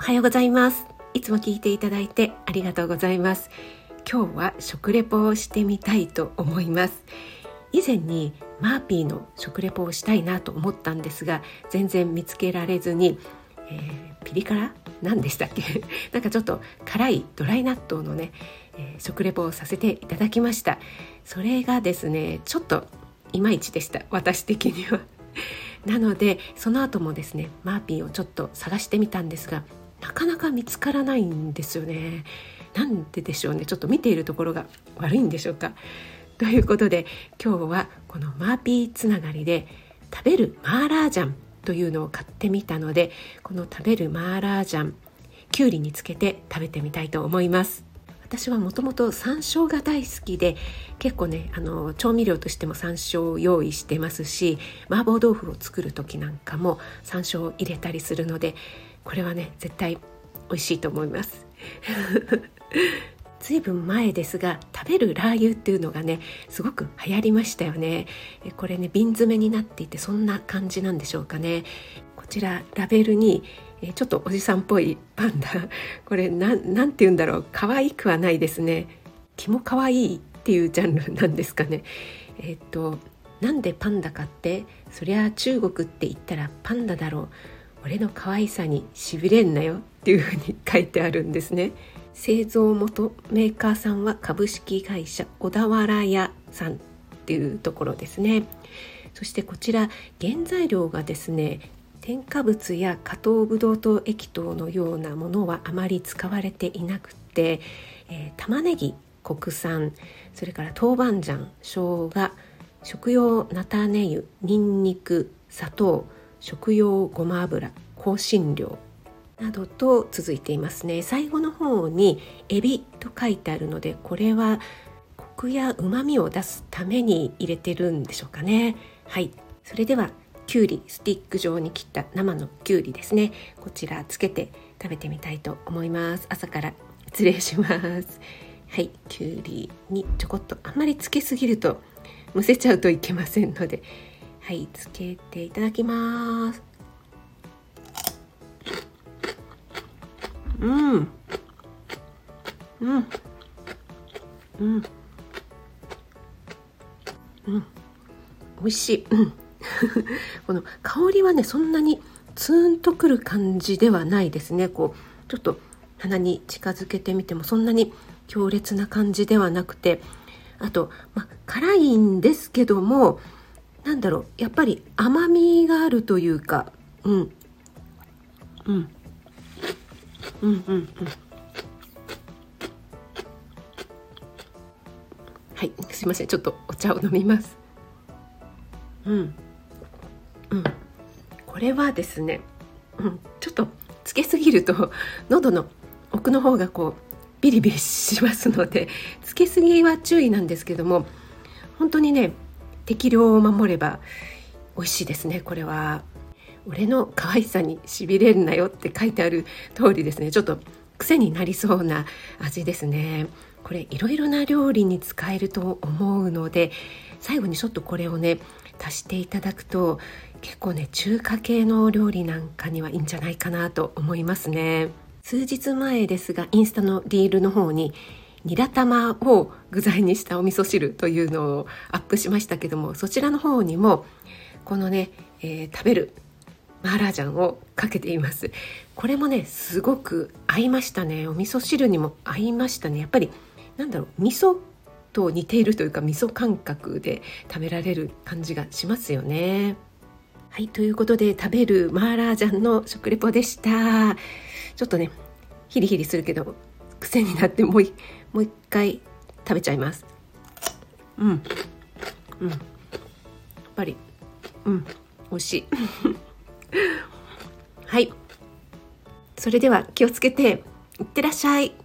おはようございます。いつも聞いていただいてありがとうございます。今日は食レポをしてみたいと思います。以前にマーピーの食レポをしたいなと思ったんですが、全然見つけられずに、ピリ辛何でしたっけなんかちょっと辛いドライ納豆のね、食レポをさせていただきました。それがですね、ちょっといまいちでした、私的には。なのでその後もですね、マーピーをちょっと探してみたんですが、なかなか見つからないんですよね。なんででしょうね。ちょっと見ているところが悪いんでしょうか。ということで今日はこのマーピーつながりで食べるマーラージャンというのを買ってみたので、この食べるマーラージャン、きゅうりにつけて食べてみたいと思います。私はもともと山椒が大好きで、結構ね調味料としても山椒を用意してますし、麻婆豆腐を作る時なんかも山椒を入れたりするので、これはね絶対美味しいと思いますずいぶん前ですが、食べるラー油っていうのがねすごく流行りましたよね。これね瓶詰めになっていて、そんな感じなんでしょうかね。こちらラベルにちょっとおじさんっぽいパンダ、これなんて言うんだろう、可愛くはないですね。キモ可愛いっていうジャンルなんですかね。なんでパンダかって、そりゃ中国って言ったらパンダだろう、俺の可愛さにしびれんなよっていうふうに書いてあるんですね。製造元メーカーさんは株式会社小田原屋さんっていうところですね。そしてこちら原材料がですね、添加物や加糖ブドウ糖液糖のようなものはあまり使われていなくて、玉ねぎ国産、それから豆板醤、生姜、食用菜種油、にんにく、砂糖、食用ごま油、香辛料などと続いていますね。最後の方にエビと書いてあるので、これはコクや旨味を出すために入れてるんでしょうかね。はい、それではきゅうり、スティック状に切った生のきゅうりですね、こちらつけて食べてみたいと思います。朝から失礼します。はい、きゅうりにちょこっと、あんまりつけすぎるとむせちゃうといけませんので、はい、つけていただきます。美味しい、この香りはねそんなにツーンとくる感じではないですね。こうちょっと鼻に近づけてみてもそんなに強烈な感じではなくて、あと、辛いんですけども、なんだろう、やっぱり甘みがあるというか、はい、すいません、ちょっとお茶を飲みます。これはですね、ちょっとつけすぎると喉の奥の方がこうビリビリしますので、つけすぎは注意なんですけども、本当にね適量を守れば美味しいですね。これは俺の可愛さにしびれるなよって書いてある通りですね、ちょっと癖になりそうな味ですね。これいろいろな料理に使えると思うので、最後にちょっとこれをね足していただくと、結構ね中華系の料理なんかにはいいんじゃないかなと思いますね。数日前ですが、インスタのリールの方にニラ玉を具材にしたお味噌汁というのをアップしましたけども、そちらの方にもこのね、食べるマーラージャンをかけています。これもねすごく合いましたね。お味噌汁にも合いましたね。やっぱり味噌と似ているというか、味噌感覚で食べられる感じがしますよね。はい、ということで食べるマーラージャンの食レポでした。ちょっとねヒリヒリするけど癖になってもう一回食べちゃいます。やっぱり美味しいはい、それでは気をつけていってらっしゃい。